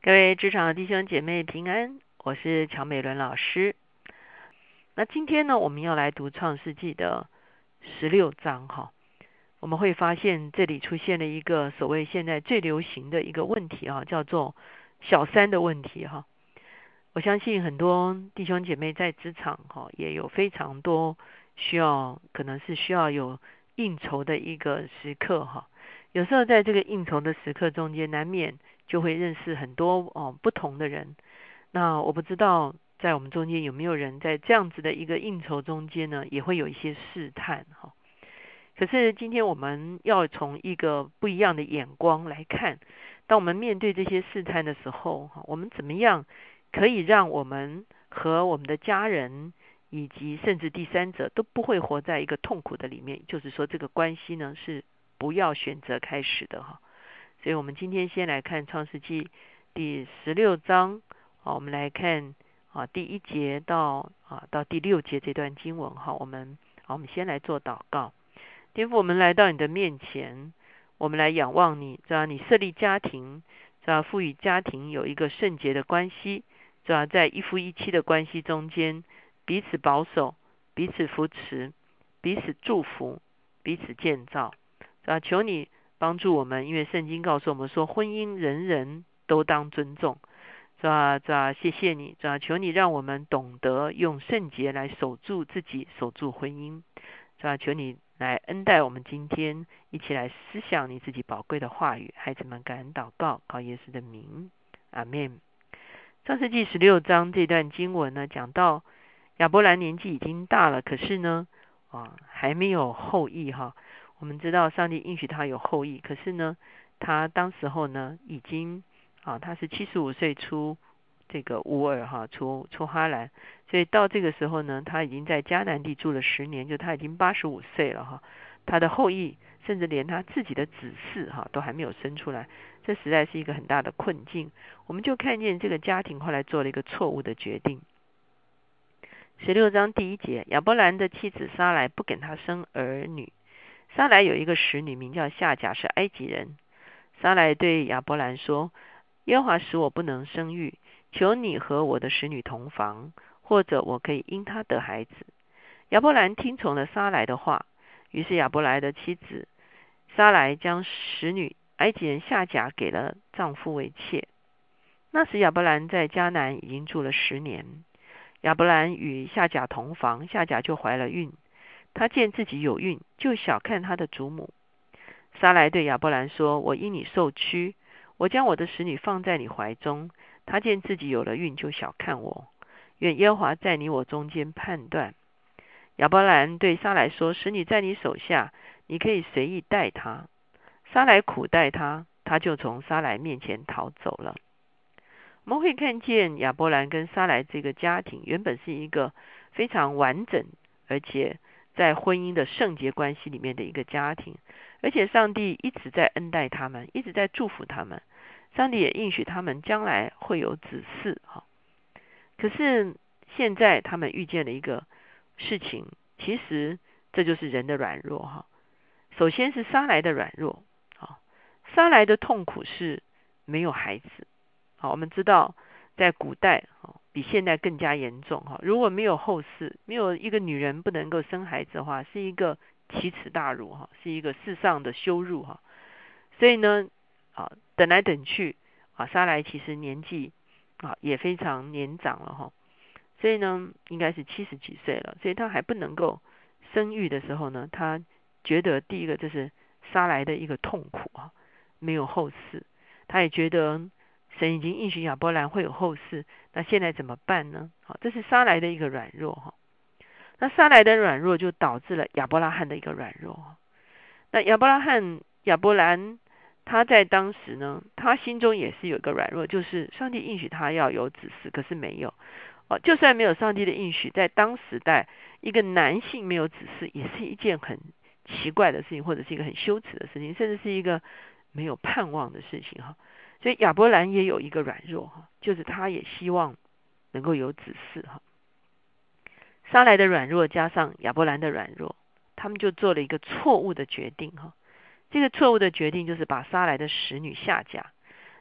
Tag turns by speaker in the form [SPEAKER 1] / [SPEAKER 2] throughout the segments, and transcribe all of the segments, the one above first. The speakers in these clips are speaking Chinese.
[SPEAKER 1] 各位职场的弟兄姐妹平安，我是乔美伦老师。那今天呢，我们要来读创世纪的16章哈。我们会发现这里出现了一个所谓现在最流行的一个问题啊，叫做小三的问题哈。我相信很多弟兄姐妹在职场哈，也有非常多可能是需要有应酬的一个时刻哈。有时候在这个应酬的时刻中间，难免就会认识很多不同的人。那我不知道在我们中间有没有人在这样子的一个应酬中间呢，也会有一些试探哈。可是今天我们要从一个不一样的眼光来看，当我们面对这些试探的时候，我们怎么样可以让我们和我们的家人以及甚至第三者都不会活在一个痛苦的里面，就是说这个关系呢是不要选择开始的哈。所以我们今天先来看创世纪第16章，我们来看第1节到第6节这段经文哈。我们先来做祷告。天父，我们来到你的面前，我们来仰望你，主要你设立家庭，主要赋予家庭有一个圣洁的关系，主要在一夫一妻的关系中间，彼此保守，彼此扶持，彼此祝福，彼此建造。主要求你帮助我们，因为圣经告诉我们说，婚姻人人都当尊重。主要谢谢你，主要求你让我们懂得用圣洁来守住自己，守住婚姻。主要求你来恩待我们今天一起来思想你自己宝贵的话语。孩子们感恩祷告，靠耶稣的名，阿们。创世纪16章这段经文呢，讲到亚伯兰年纪已经大了，可是呢还没有后裔哈。我们知道上帝应许他有后裔，可是呢他当时候呢已经他是75岁出这个乌尔哈，出哈兰，所以到这个时候呢，他已经在迦南地住了10年，就他已经85岁了哈。他的后裔甚至连他自己的子嗣哈都还没有生出来，这实在是一个很大的困境。我们就看见这个家庭后来做了一个错误的决定。16章第1节，亚伯兰的妻子撒来不给他生儿女。撒来有一个使女名叫夏甲，是埃及人。撒来对亚伯兰说，耶和华使我不能生育，求你和我的使女同房，或者我可以因她得孩子。亚伯兰听从了撒来的话，于是亚伯兰的妻子撒来将使女埃及人夏甲给了丈夫为妾。那时亚伯兰在迦南已经住了10年。亚伯兰与夏甲同房，夏甲就怀了孕。他见自己有孕，就小看他的主母。撒来对亚伯兰说，我因你受屈，我将我的使女放在你怀中。他见自己有了孕，就小看我。愿耶和华在你我中间判断。亚伯兰对撒来说，使女在你手下，你可以随意待她。撒来苦待她，她就从撒来面前逃走了。我们会看见亚伯兰跟撒来这个家庭原本是一个非常完整，而且在婚姻的圣洁关系里面的一个家庭，而且上帝一直在恩待他们，一直在祝福他们，上帝也应许他们将来会有子嗣哈。可是现在他们遇见了一个事情，其实这就是人的软弱哈。首先是撒来的软弱，撒来的痛苦是没有孩子。我们知道在古代比现在更加严重哈。如果没有后嗣，没有一个女人不能够生孩子的话，是一个奇耻大辱哈，是一个世上的羞辱哈。所以呢等来等去撒来其实年纪也非常年长了哈。所以呢应该是70几岁了，所以他还不能够生育的时候呢，他觉得第一个就是撒来的一个痛苦没有后嗣。他也觉得神已经应许亚伯兰会有后嗣，那现在怎么办呢？这是撒来的一个软弱那撒来的软弱就导致了亚伯拉罕的一个软弱那亚伯兰他在当时呢，他心中也是有一个软弱，就是上帝应许他要有子嗣，可是没有就算没有上帝的应许，在当时代一个男性没有子嗣也是一件很奇怪的事情，或者是一个很羞耻的事情，甚至是一个没有盼望的事情所以亚伯兰也有一个软弱就是他也希望能够有子嗣撒来的软弱加上亚伯兰的软弱，他们就做了一个错误的决定这个错误的决定就是把撒来的使女夏甲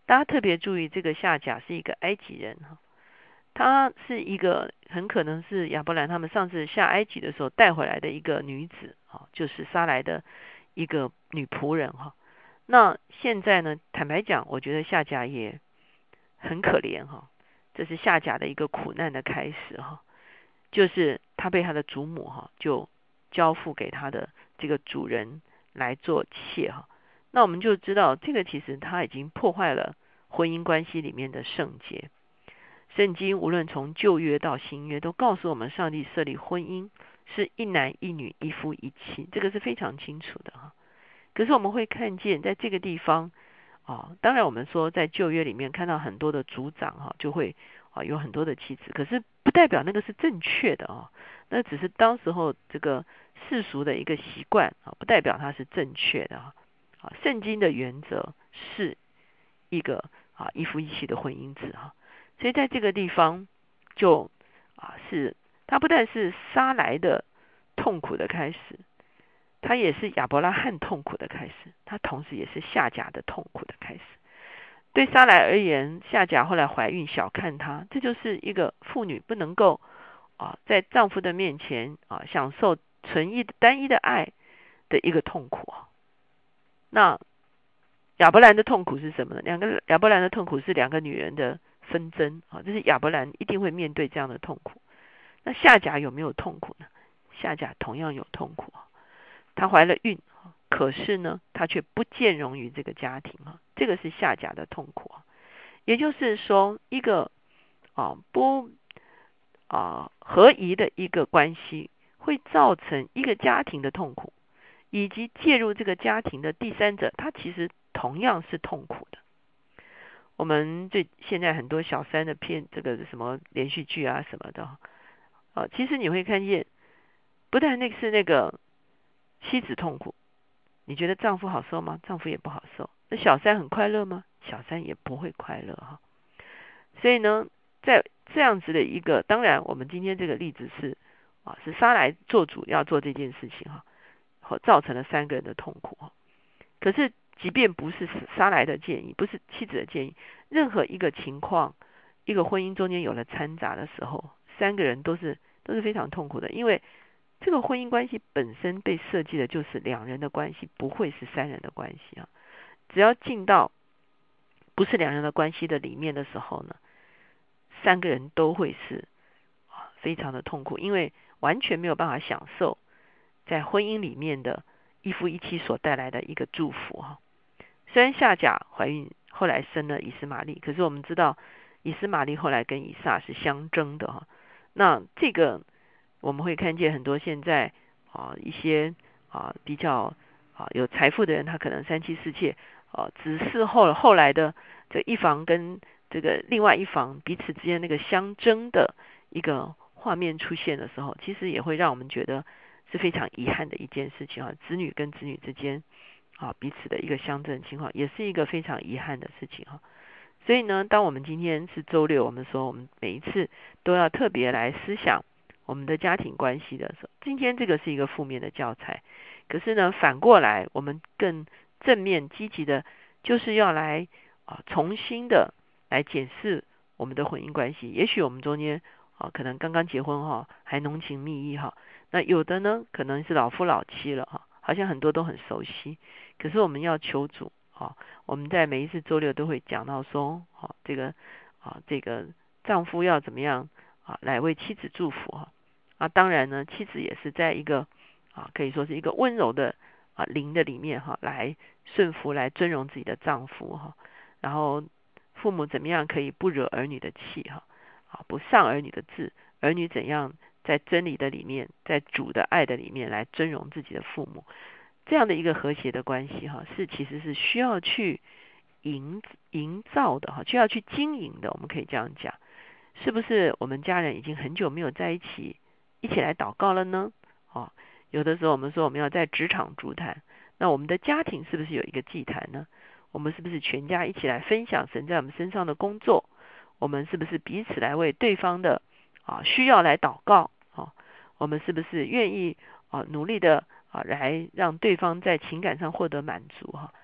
[SPEAKER 1] 大家特别注意，这个夏甲是一个埃及人哈，她是一个很可能是亚伯兰他们上次下埃及的时候带回来的一个女子啊，就是撒来的一个女仆人哈。那现在呢，坦白讲，我觉得夏甲也很可怜哈，这是夏甲的一个苦难的开始哈，就是他被他的祖母哈就交付给他的这个主人来做妾哈。那我们就知道，这个其实他已经破坏了婚姻关系里面的圣洁。圣经无论从旧约到新约，都告诉我们，上帝设立婚姻是一男一女，一夫一妻，这个是非常清楚的哈。可是我们会看见，在这个地方当然我们说在旧约里面看到很多的族长哈，就会有很多的妻子，可是不代表那个是正确的啊，那只是当时候这个世俗的一个习惯啊，不代表它是正确的啊。圣经的原则是一个一夫一妻的婚姻制哈。所以在这个地方是它不但是撒来的痛苦的开始，它也是亚伯拉罕痛苦的开始，它同时也是夏甲的痛苦的开始。对撒来而言，夏甲后来怀孕小看她，这就是一个妇女不能够在丈夫的面前享受单一的爱的一个痛苦。那亚伯兰的痛苦是什么呢？亚伯兰的痛苦是两个女人的纷争这是亚伯兰一定会面对这样的痛苦。那夏甲有没有痛苦呢？夏甲同样有痛苦，她怀了孕，可是呢，她却不见容于这个家庭这个是夏甲的痛苦也就是说，一个不合宜的一个关系，会造成一个家庭的痛苦，以及介入这个家庭的第三者，他其实同样是痛苦的。我们现在很多小三的片，这个什么连续剧啊什么的其实你会看见，不但那个妻子痛苦，你觉得丈夫好受吗？丈夫也不好受。那小三很快乐吗？小三也不会快乐所以呢，在这样子的一个，当然我们今天这个例子是撒来做主要做这件事情造成了三个人的痛苦可是即便不是撒来的建议，不是妻子的建议，任何一个情况，一个婚姻中间有了掺杂的时候，三个人都是非常痛苦的，因为这个婚姻关系本身被设计的就是两人的关系，不会是三人的关系只要进到不是两人的关系的里面的时候呢，三个人都会是非常的痛苦，因为完全没有办法享受在婚姻里面的一夫一妻所带来的一个祝福虽然夏甲怀孕后来生了以斯玛利，可是我们知道以斯玛利后来跟以撒是相争的那这个我们会看见很多现在一些比较有财富的人，他可能三妻四妾只是后来的这一房跟这个另外一房彼此之间那个相争的一个画面出现的时候，其实也会让我们觉得是非常遗憾的一件事情子女跟子女之间彼此的一个相争情况，也是一个非常遗憾的事情所以呢，当我们今天是周六，我们说我们每一次都要特别来思想我们的家庭关系的时候，今天这个是一个负面的教材，可是呢，反过来我们更正面积极的，就是要来重新的来检视我们的婚姻关系。也许我们中间可能刚刚结婚还浓情蜜意那有的呢可能是老夫老妻了好像很多都很熟悉，可是我们要求主我们在每一次周六都会讲到说这个丈夫要怎么样来为妻子祝福当然呢，妻子也是在一个可以说是一个温柔的灵的里面来顺服，来尊荣自己的丈夫然后父母怎么样可以不惹儿女的气不丧儿女的志，儿女怎样在真理的里面，在主的爱的里面来尊荣自己的父母，这样的一个和谐的关系其实是需要去营造的需要去经营的，我们可以这样讲。是不是我们家人已经很久没有在一起来祷告了呢有的时候我们说我们要在职场筑坛，那我们的家庭是不是有一个祭坛呢？我们是不是全家一起来分享神在我们身上的工作？我们是不是彼此来为对方的需要来祷告我们是不是愿意努力的来让对方在情感上获得满足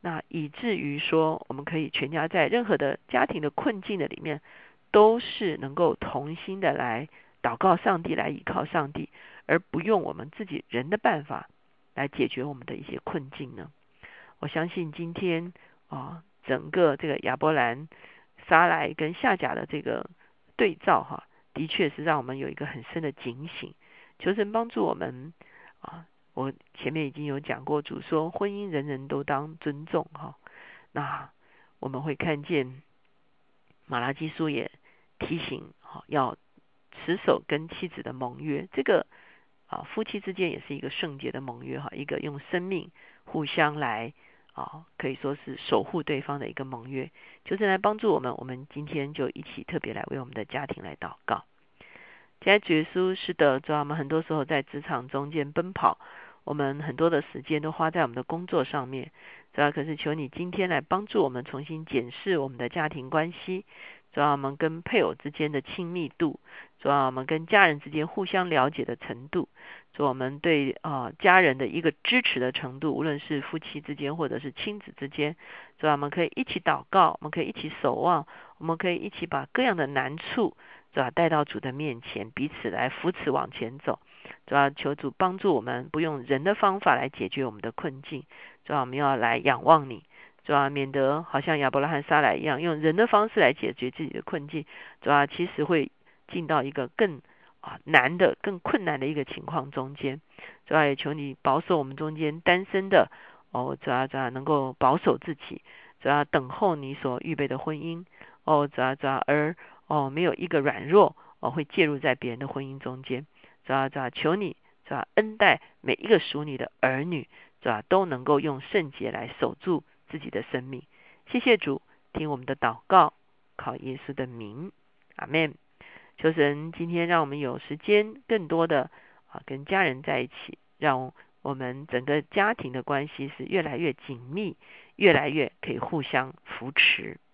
[SPEAKER 1] 那以至于说我们可以全家在任何的家庭的困境的里面，都是能够同心的来祷告上帝，来倚靠上帝，而不用我们自己人的办法来解决我们的一些困境呢？我相信今天整个这个亚伯兰、撒来跟夏甲的这个对照的确是让我们有一个很深的警醒。求神帮助我们我前面已经有讲过，主说婚姻人人都当尊重那我们会看见马拉基书也提醒要持守跟妻子的盟约，这个夫妻之间也是一个圣洁的盟约一个用生命互相来可以说是守护对方的一个盟约。求神来帮助我们，我们今天就一起特别来为我们的家庭来祷告。亲爱的主耶稣，是的，主要我们很多时候在职场中间奔跑，我们很多的时间都花在我们的工作上面，主要可是求你今天来帮助我们重新检视我们的家庭关系，主要我们跟配偶之间的亲密度，主要我们跟家人之间互相了解的程度，主要我们对家人的一个支持的程度，无论是夫妻之间或者是亲子之间，主要我们可以一起祷告，我们可以一起守望，我们可以一起把各样的难处主要带到主的面前，彼此来扶持往前走。主要求主帮助我们，不用人的方法来解决我们的困境。主要我们要来仰望你，主要免得好像亚伯拉罕、撒来一样，用人的方式来解决自己的困境。主要其实会进到一个更难的、更困难的一个情况中间。主要也求你保守我们中间单身的主要能够保守自己，主要等候你所预备的婚姻主要而没有一个软弱会介入在别人的婚姻中间。主要求你主要恩待每一个属你的儿女，主要都能够用圣洁来守住自己的生命。谢谢主，听我们的祷告，靠耶稣的名，阿们。求神今天让我们有时间更多的跟家人在一起，让我们整个家庭的关系是越来越紧密，越来越可以互相扶持。